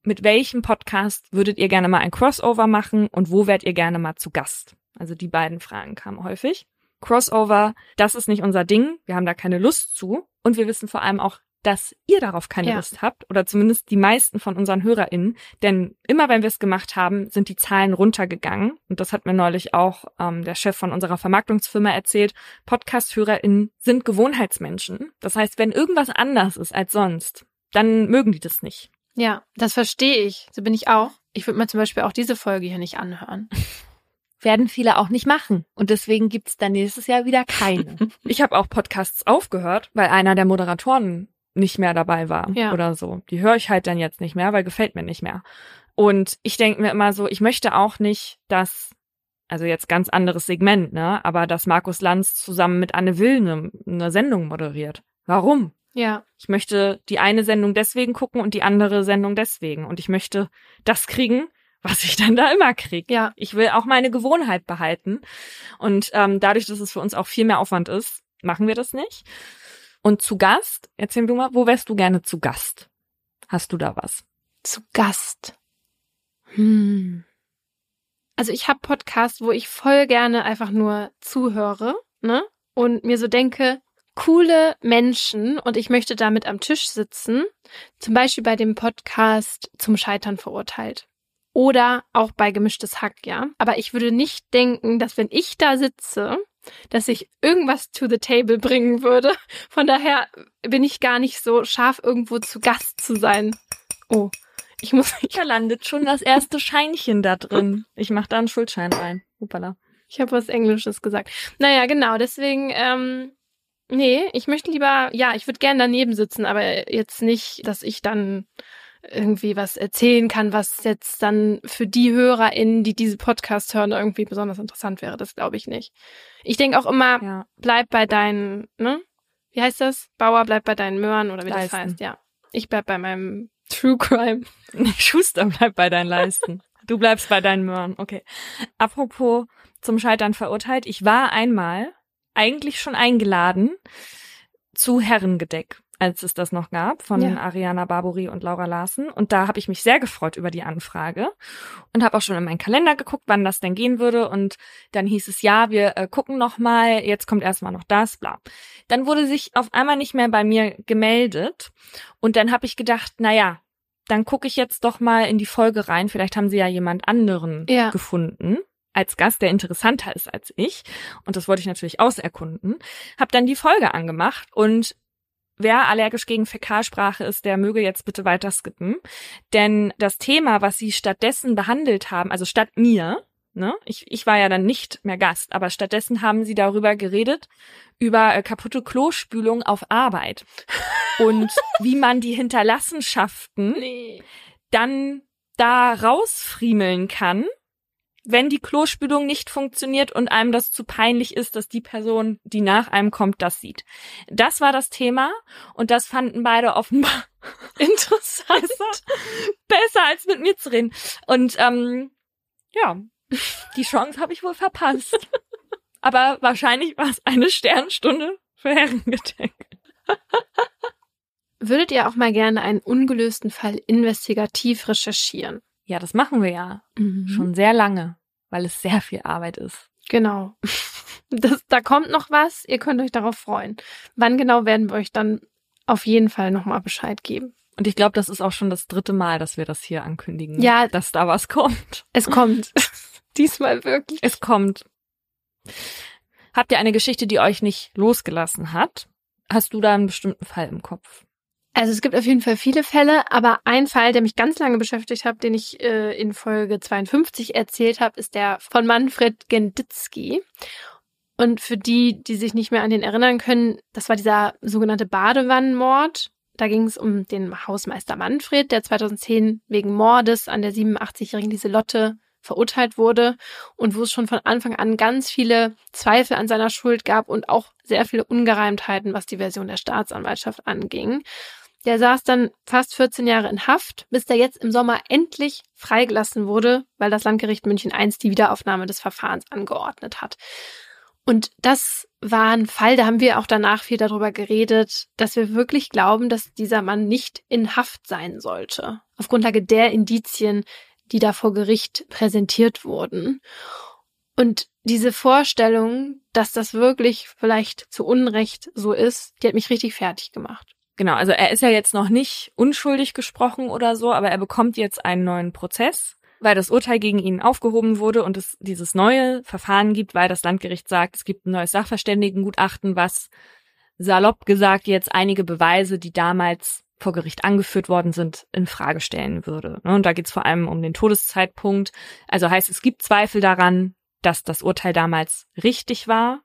mit welchem Podcast würdet ihr gerne mal ein Crossover machen und wo wärt ihr gerne mal zu Gast? Also die beiden Fragen kamen häufig. Crossover, das ist nicht unser Ding, wir haben da keine Lust zu und wir wissen vor allem auch, dass ihr darauf keine Lust habt oder zumindest die meisten von unseren HörerInnen, denn immer wenn wir es gemacht haben, sind die Zahlen runtergegangen und das hat mir neulich auch der Chef von unserer Vermarktungsfirma erzählt, Podcast-HörerInnen sind Gewohnheitsmenschen, das heißt, wenn irgendwas anders ist als sonst, dann mögen die das nicht. Ja, das verstehe ich, so bin ich auch. Ich würde mir zum Beispiel auch diese Folge hier nicht anhören. Werden viele auch nicht machen. Und deswegen gibt's dann nächstes Jahr wieder keine. Ich habe auch Podcasts aufgehört, weil einer der Moderatoren nicht mehr dabei war oder so. Die höre ich halt dann jetzt nicht mehr, weil gefällt mir nicht mehr. Und ich denke mir immer so, ich möchte auch nicht, dass, also jetzt ganz anderes Segment, ne, aber dass Markus Lanz zusammen mit Anne Will eine Sendung moderiert. Warum? Ja. Ich möchte die eine Sendung deswegen gucken und die andere Sendung deswegen. Und ich möchte das kriegen, was ich dann da immer kriege. Ja. Ich will auch meine Gewohnheit behalten. Und dadurch, dass es für uns auch viel mehr Aufwand ist, machen wir das nicht. Und zu Gast, erzähl du mal, wo wärst du gerne zu Gast? Hast du da was? Zu Gast? Also ich habe Podcasts, wo ich voll gerne einfach nur zuhöre, ne? Und mir so denke, coole Menschen und ich möchte damit am Tisch sitzen. Zum Beispiel bei dem Podcast Zum Scheitern verurteilt. Oder auch bei Gemischtes Hack, ja. Aber ich würde nicht denken, dass wenn ich da sitze, dass ich irgendwas to the table bringen würde. Von daher bin ich gar nicht so scharf, irgendwo zu Gast zu sein. Oh, Da landet schon das erste Scheinchen da drin. Ich mache da einen Schuldschein rein. Hoppala. Ich habe was Englisches gesagt. Naja, genau, deswegen, nee, ich möchte lieber, ja, ich würde gerne daneben sitzen, aber jetzt nicht, dass ich dann irgendwie was erzählen kann, was jetzt dann für die HörerInnen, die diese Podcast hören, irgendwie besonders interessant wäre. Das glaube ich nicht. Ich denke auch immer, bleib bei deinen, ne? Wie heißt das? Bauer, bleib bei deinen Möhren oder wie das heißt, ja. Ich bleib bei meinem True Crime. Schuster, bleib bei deinen Leisten. Du bleibst bei deinen Möhren, okay. Apropos Zum Scheitern verurteilt. Ich war einmal eigentlich schon eingeladen zu Herrengedeck, als es das noch gab, von Ariana Barbori und Laura Larsen. Und da habe ich mich sehr gefreut über die Anfrage und habe auch schon in meinen Kalender geguckt, wann das denn gehen würde. Und dann hieß es, ja, wir gucken noch mal, jetzt kommt erstmal noch das, bla. Dann wurde sich auf einmal nicht mehr bei mir gemeldet. Und dann habe ich gedacht, naja, dann gucke ich jetzt doch mal in die Folge rein. Vielleicht haben sie ja jemand anderen gefunden als Gast, der interessanter ist als ich. Und das wollte ich natürlich auserkunden. Hab dann die Folge angemacht und wer allergisch gegen Fäkalsprache ist, der möge jetzt bitte weiter skippen. Denn das Thema, was sie stattdessen behandelt haben, also statt mir, ne, ich war ja dann nicht mehr Gast, aber stattdessen haben sie darüber geredet, über kaputte Klospülung auf Arbeit. Und wie man die Hinterlassenschaften dann da rausfriemeln kann, wenn die Klospülung nicht funktioniert und einem das zu peinlich ist, dass die Person, die nach einem kommt, das sieht. Das war das Thema und das fanden beide offenbar interessant. Besser als mit mir zu reden. Und die Chance habe ich wohl verpasst. Aber wahrscheinlich war es eine Sternstunde für Herrengedeck. Würdet ihr auch mal gerne einen ungelösten Fall investigativ recherchieren? Ja, das machen wir ja schon sehr lange, weil es sehr viel Arbeit ist. Genau. Da kommt noch was, ihr könnt euch darauf freuen. Wann genau werden wir euch dann auf jeden Fall nochmal Bescheid geben. Und ich glaube, das ist auch schon das 3. Mal, dass wir das hier ankündigen, dass da was kommt. Es kommt. Diesmal wirklich. Es kommt. Habt ihr eine Geschichte, die euch nicht losgelassen hat? Hast du da einen bestimmten Fall im Kopf? Also es gibt auf jeden Fall viele Fälle, aber ein Fall, der mich ganz lange beschäftigt hat, den ich in Folge 52 erzählt habe, ist der von Manfred Genditzky. Und für die, die sich nicht mehr an den erinnern können, das war dieser sogenannte Badewannenmord. Da ging es um den Hausmeister Manfred, der 2010 wegen Mordes an der 87-jährigen Lieselotte verurteilt wurde und wo es schon von Anfang an ganz viele Zweifel an seiner Schuld gab und auch sehr viele Ungereimtheiten, was die Version der Staatsanwaltschaft anging. Der saß dann fast 14 Jahre in Haft, bis der jetzt im Sommer endlich freigelassen wurde, weil das Landgericht München I die Wiederaufnahme des Verfahrens angeordnet hat. Und das war ein Fall, da haben wir auch danach viel darüber geredet, dass wir wirklich glauben, dass dieser Mann nicht in Haft sein sollte. auf Grundlage der Indizien, die da vor Gericht präsentiert wurden. Und diese Vorstellung, dass das wirklich vielleicht zu Unrecht so ist, die hat mich richtig fertig gemacht. Genau, also er ist ja jetzt noch nicht unschuldig gesprochen oder so, aber er bekommt jetzt einen neuen Prozess, weil das Urteil gegen ihn aufgehoben wurde und es dieses neue Verfahren gibt, weil das Landgericht sagt, es gibt ein neues Sachverständigengutachten, was salopp gesagt jetzt einige Beweise, die damals vor Gericht angeführt worden sind, in Frage stellen würde. Und da geht es vor allem um den Todeszeitpunkt. Also heißt, es gibt Zweifel daran, dass das Urteil damals richtig war,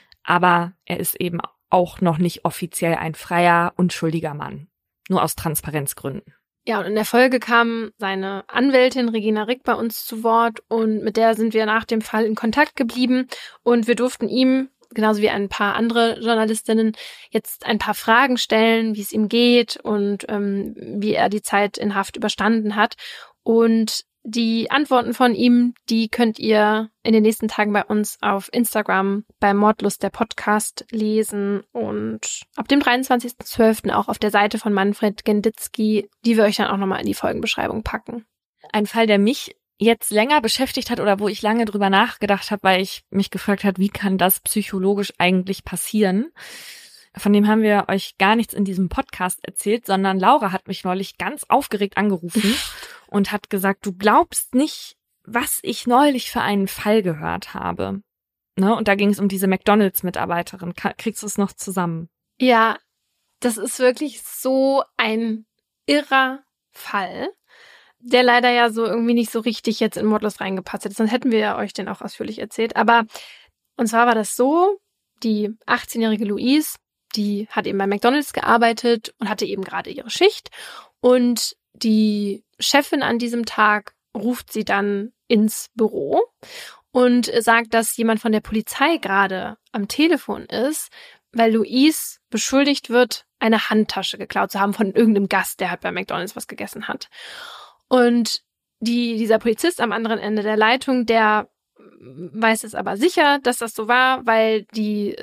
aber er ist eben auch noch nicht offiziell ein freier, unschuldiger Mann. Nur aus Transparenzgründen. Ja, und in der Folge kam seine Anwältin Regina Rick bei uns zu Wort und mit der sind wir nach dem Fall in Kontakt geblieben und wir durften ihm, genauso wie ein paar andere Journalistinnen, jetzt ein paar Fragen stellen, wie es ihm geht und wie er die Zeit in Haft überstanden hat. Und die Antworten von ihm, die könnt ihr in den nächsten Tagen bei uns auf Instagram bei Mordlust der Podcast lesen und ab dem 23.12. auch auf der Seite von Manfred Genditzki, die wir euch dann auch nochmal in die Folgenbeschreibung packen. Ein Fall, der mich jetzt länger beschäftigt hat oder wo ich lange drüber nachgedacht habe, weil ich mich gefragt habe, wie kann das psychologisch eigentlich passieren? Von dem haben wir euch gar nichts in diesem Podcast erzählt, sondern Laura hat mich neulich ganz aufgeregt angerufen und hat gesagt, du glaubst nicht, was ich neulich für einen Fall gehört habe. Ne? Und da ging es um diese McDonald's-Mitarbeiterin. Kriegst du es noch zusammen? Ja, das ist wirklich so ein irrer Fall, der leider ja so irgendwie nicht so richtig jetzt in Mordlust reingepasst hätte. Sonst hätten wir ja euch den auch ausführlich erzählt. Aber, und zwar war das so, die 18-jährige Louise, die hat eben bei McDonald's gearbeitet und hatte eben gerade ihre Schicht. Und die Chefin an diesem Tag ruft sie dann ins Büro und sagt, dass jemand von der Polizei gerade am Telefon ist, weil Louise beschuldigt wird, eine Handtasche geklaut zu haben von irgendeinem Gast, der halt bei McDonald's was gegessen hat. Und dieser Polizist am anderen Ende der Leitung, der weiß es aber sicher, dass das so war, weil die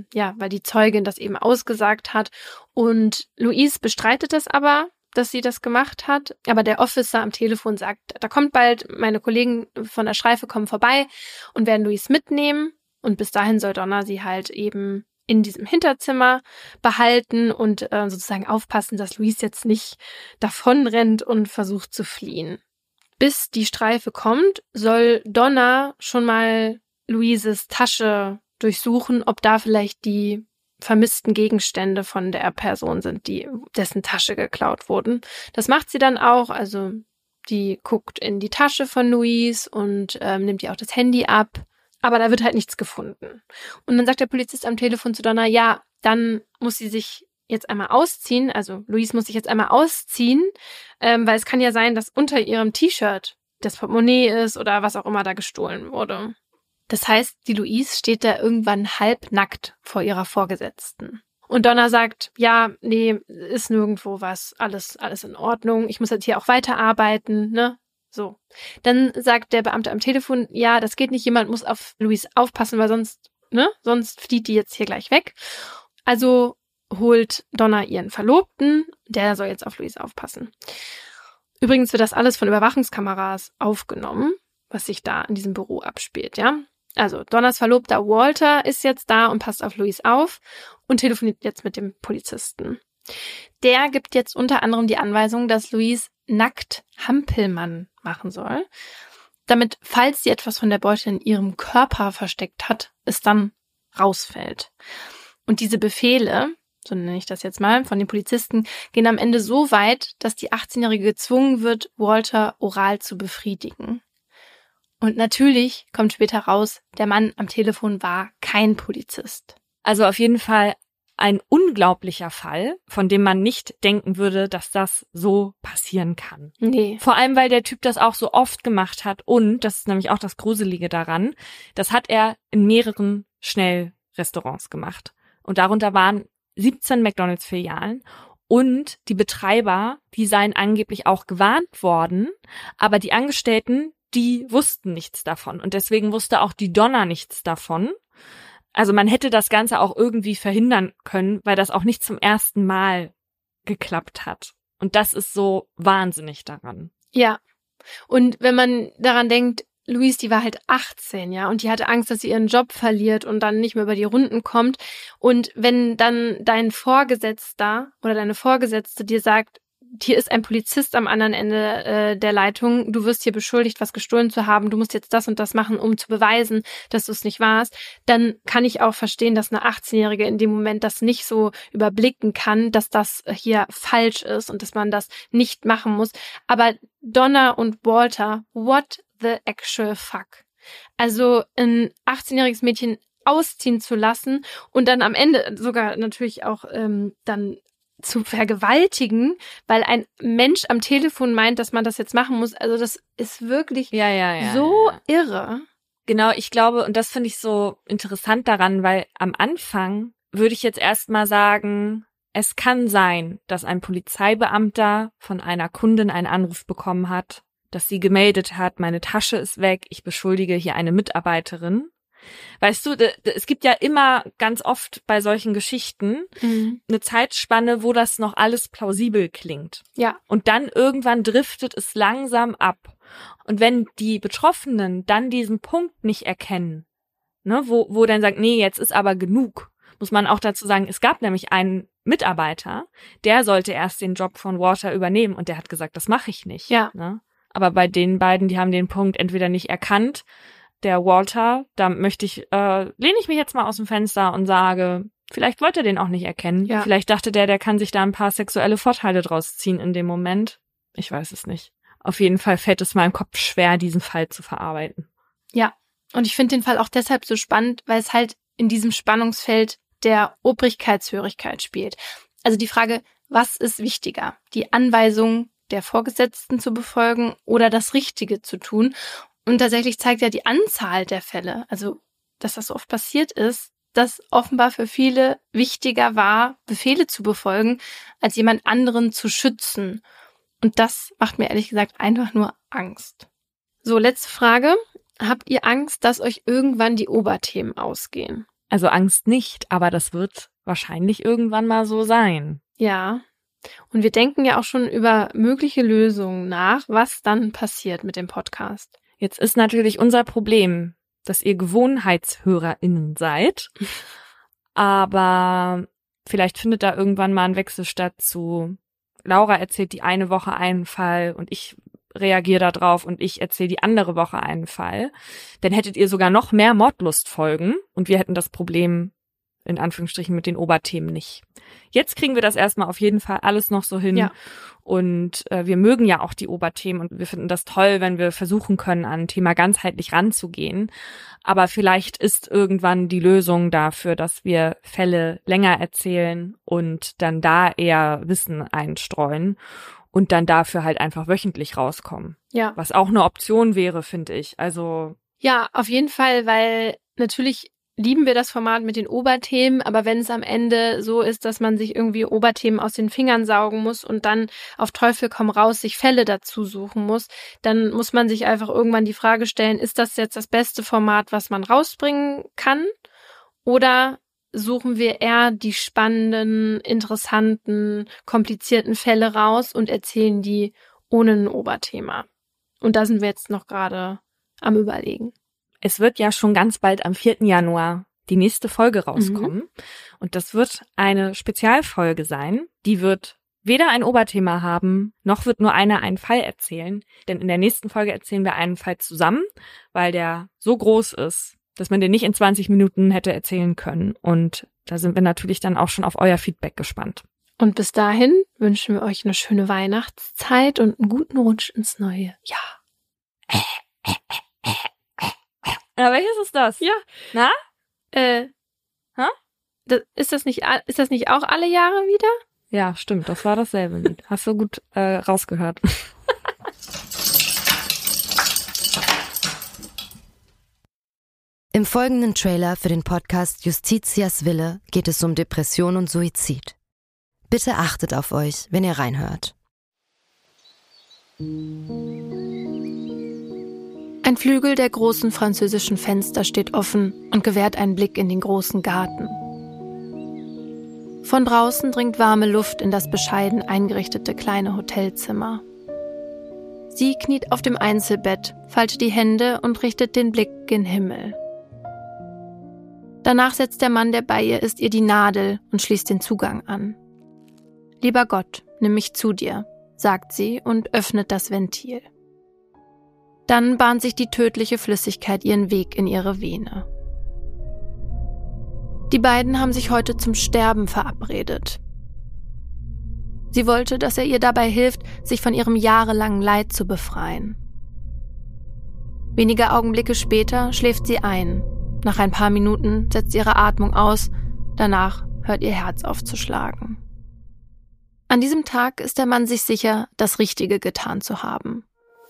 Zeugin das eben ausgesagt hat. Und Louise bestreitet es aber, dass sie das gemacht hat. Aber der Officer am Telefon sagt, da kommt bald, meine Kollegen von der Streife kommen vorbei und werden Louise mitnehmen. Und bis dahin soll Donna sie halt eben in diesem Hinterzimmer behalten und sozusagen aufpassen, dass Louise jetzt nicht davonrennt und versucht zu fliehen. Bis die Streife kommt, soll Donna schon mal Louises Tasche durchsuchen, ob da vielleicht die vermissten Gegenstände von der Person sind, dessen Tasche geklaut wurden. Das macht sie dann auch, also die guckt in die Tasche von Louise und nimmt ihr auch das Handy ab, aber da wird halt nichts gefunden. Und dann sagt der Polizist am Telefon zu Donna, ja, dann muss sie sich jetzt einmal ausziehen, also Louise muss sich jetzt einmal ausziehen, weil es kann ja sein, dass unter ihrem T-Shirt das Portemonnaie ist oder was auch immer da gestohlen wurde. Das heißt, die Louise steht da irgendwann halbnackt vor ihrer Vorgesetzten. Und Donna sagt, ja, nee, ist nirgendwo was, alles in Ordnung, ich muss jetzt hier auch weiterarbeiten, ne? So. Dann sagt der Beamte am Telefon, ja, das geht nicht, jemand muss auf Louise aufpassen, weil sonst flieht die jetzt hier gleich weg. Also holt Donna ihren Verlobten, der soll jetzt auf Louise aufpassen. Übrigens wird das alles von Überwachungskameras aufgenommen, was sich da in diesem Büro abspielt, ja. Also Donnas Verlobter Walter ist jetzt da und passt auf Louise auf und telefoniert jetzt mit dem Polizisten. Der gibt jetzt unter anderem die Anweisung, dass Louise nackt Hampelmann machen soll, damit, falls sie etwas von der Beute in ihrem Körper versteckt hat, es dann rausfällt. Und diese Befehle, so nenne ich das jetzt mal, von den Polizisten, gehen am Ende so weit, dass die 18-Jährige gezwungen wird, Walter oral zu befriedigen. Und natürlich kommt später raus, der Mann am Telefon war kein Polizist. Also auf jeden Fall ein unglaublicher Fall, von dem man nicht denken würde, dass das so passieren kann. Nee. Vor allem, weil der Typ das auch so oft gemacht hat und, das ist nämlich auch das Gruselige daran, das hat er in mehreren Schnellrestaurants gemacht. Und darunter waren 17 McDonald's-Filialen und die Betreiber, die seien angeblich auch gewarnt worden, aber die Angestellten, die wussten nichts davon und deswegen wusste auch die Donna nichts davon. Also man hätte das Ganze auch irgendwie verhindern können, weil das auch nicht zum ersten Mal geklappt hat. Und das ist so wahnsinnig daran. Ja. Und wenn man daran denkt, Louise, die war halt 18, ja, und die hatte Angst, dass sie ihren Job verliert und dann nicht mehr über die Runden kommt. Und wenn dann dein Vorgesetzter oder deine Vorgesetzte dir sagt, hier ist ein Polizist am anderen Ende der Leitung, du wirst hier beschuldigt, was gestohlen zu haben, du musst jetzt das und das machen, um zu beweisen, dass du es nicht warst, dann kann ich auch verstehen, dass eine 18-Jährige in dem Moment das nicht so überblicken kann, dass das hier falsch ist und dass man das nicht machen muss. Aber Donna und Walter, what the actual fuck? Also ein 18-jähriges Mädchen ausziehen zu lassen und dann am Ende sogar natürlich auch dann zu vergewaltigen, weil ein Mensch am Telefon meint, dass man das jetzt machen muss. Also das ist wirklich so irre. Genau, ich glaube, und das finde ich so interessant daran, weil am Anfang würde ich jetzt erstmal sagen, es kann sein, dass ein Polizeibeamter von einer Kundin einen Anruf bekommen hat, dass sie gemeldet hat, meine Tasche ist weg, ich beschuldige hier eine Mitarbeiterin. Weißt du, es gibt ja immer ganz oft bei solchen Geschichten eine Zeitspanne, wo das noch alles plausibel klingt. Ja. Und dann irgendwann driftet es langsam ab. Und wenn die Betroffenen dann diesen Punkt nicht erkennen, ne, wo dann sagt, nee, jetzt ist aber genug, muss man auch dazu sagen, es gab nämlich einen Mitarbeiter, der sollte erst den Job von Walter übernehmen und der hat gesagt, das mache ich nicht. Ja. Ne? Aber bei den beiden, die haben den Punkt entweder nicht erkannt. Der Walter, da lehne ich mich jetzt mal aus dem Fenster und sage, vielleicht wollte er den auch nicht erkennen. Ja. Vielleicht dachte der kann sich da ein paar sexuelle Vorteile draus ziehen in dem Moment. Ich weiß es nicht. Auf jeden Fall fällt es meinem Kopf schwer, diesen Fall zu verarbeiten. Ja, und ich finde den Fall auch deshalb so spannend, weil es halt in diesem Spannungsfeld der Obrigkeitshörigkeit spielt. Also die Frage, was ist wichtiger? Die Anweisung der Vorgesetzten zu befolgen oder das Richtige zu tun? Und tatsächlich zeigt ja die Anzahl der Fälle, also dass das so oft passiert ist, dass offenbar für viele wichtiger war, Befehle zu befolgen, als jemand anderen zu schützen. Und das macht mir ehrlich gesagt einfach nur Angst. So, letzte Frage. Habt ihr Angst, dass euch irgendwann die Oberthemen ausgehen? Also Angst nicht, aber das wird wahrscheinlich irgendwann mal so sein. Ja. Und wir denken ja auch schon über mögliche Lösungen nach, was dann passiert mit dem Podcast. Jetzt ist natürlich unser Problem, dass ihr GewohnheitshörerInnen seid. Aber vielleicht findet da irgendwann mal ein Wechsel statt zu Laura erzählt die eine Woche einen Fall und ich reagiere da drauf und ich erzähle die andere Woche einen Fall. Dann hättet ihr sogar noch mehr Mordlustfolgen und wir hätten das Problem in Anführungsstrichen mit den Oberthemen nicht. Jetzt kriegen wir das erstmal auf jeden Fall alles noch so hin. Ja. Und wir mögen ja auch die Oberthemen und wir finden das toll, wenn wir versuchen können, an ein Thema ganzheitlich ranzugehen. Aber vielleicht ist irgendwann die Lösung dafür, dass wir Fälle länger erzählen und dann da eher Wissen einstreuen und dann dafür halt einfach wöchentlich rauskommen. Ja. Was auch eine Option wäre, finde ich. Also ja, auf jeden Fall, weil natürlich lieben wir das Format mit den Oberthemen, aber wenn es am Ende so ist, dass man sich irgendwie Oberthemen aus den Fingern saugen muss und dann auf Teufel komm raus sich Fälle dazu suchen muss, dann muss man sich einfach irgendwann die Frage stellen, ist das jetzt das beste Format, was man rausbringen kann? Oder suchen wir eher die spannenden, interessanten, komplizierten Fälle raus und erzählen die ohne ein Oberthema? Und da sind wir jetzt noch gerade am Überlegen. Es wird ja schon ganz bald am 4. Januar die nächste Folge rauskommen. Und das wird eine Spezialfolge sein. Die wird weder ein Oberthema haben, noch wird nur einer einen Fall erzählen. Denn in der nächsten Folge erzählen wir einen Fall zusammen, weil der so groß ist, dass man den nicht in 20 Minuten hätte erzählen können. Und da sind wir natürlich dann auch schon auf euer Feedback gespannt. Und bis dahin wünschen wir euch eine schöne Weihnachtszeit und einen guten Rutsch ins neue Jahr. Ja, welches ist das? Ja. Na? Ist das nicht auch alle Jahre wieder? Ja, stimmt. Das war dasselbe Lied. Hast du gut rausgehört. Im folgenden Trailer für den Podcast Justitias Wille geht es um Depression und Suizid. Bitte achtet auf euch, wenn ihr reinhört. Ein Flügel der großen französischen Fenster steht offen und gewährt einen Blick in den großen Garten. Von draußen dringt warme Luft in das bescheiden eingerichtete kleine Hotelzimmer. Sie kniet auf dem Einzelbett, faltet die Hände und richtet den Blick gen Himmel. Danach setzt der Mann, der bei ihr ist, ihr die Nadel und schließt den Zugang an. »Lieber Gott, nimm mich zu dir«, sagt sie und öffnet das Ventil. Dann bahnt sich die tödliche Flüssigkeit ihren Weg in ihre Vene. Die beiden haben sich heute zum Sterben verabredet. Sie wollte, dass er ihr dabei hilft, sich von ihrem jahrelangen Leid zu befreien. Wenige Augenblicke später schläft sie ein. Nach ein paar Minuten setzt ihre Atmung aus, danach hört ihr Herz auf zu schlagen. An diesem Tag ist der Mann sich sicher, das Richtige getan zu haben.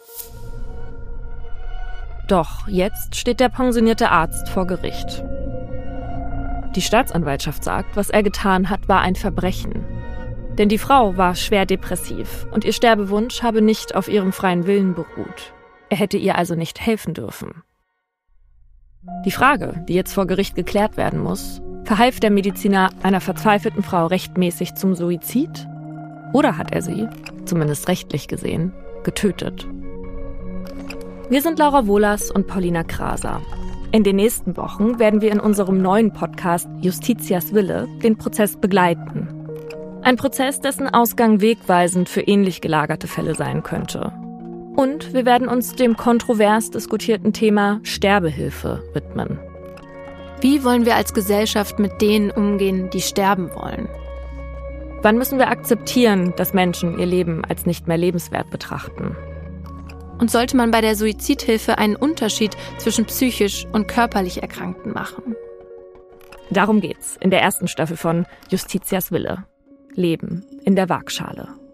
Doch jetzt steht der pensionierte Arzt vor Gericht. Die Staatsanwaltschaft sagt, was er getan hat, war ein Verbrechen. Denn die Frau war schwer depressiv und ihr Sterbewunsch habe nicht auf ihrem freien Willen beruht. Er hätte ihr also nicht helfen dürfen. Die Frage, die jetzt vor Gericht geklärt werden muss, verhalf der Mediziner einer verzweifelten Frau rechtmäßig zum Suizid? Oder hat er sie, zumindest rechtlich gesehen, getötet? Wir sind Laura Wohlers und Paulina Kraser. In den nächsten Wochen werden wir in unserem neuen Podcast Justitias Wille den Prozess begleiten. Ein Prozess, dessen Ausgang wegweisend für ähnlich gelagerte Fälle sein könnte. Und wir werden uns dem kontrovers diskutierten Thema Sterbehilfe widmen. Wie wollen wir als Gesellschaft mit denen umgehen, die sterben wollen? Wann müssen wir akzeptieren, dass Menschen ihr Leben als nicht mehr lebenswert betrachten? Und sollte man bei der Suizidhilfe einen Unterschied zwischen psychisch und körperlich Erkrankten machen? Darum geht's in der ersten Staffel von Justitias Wille. Leben in der Waagschale.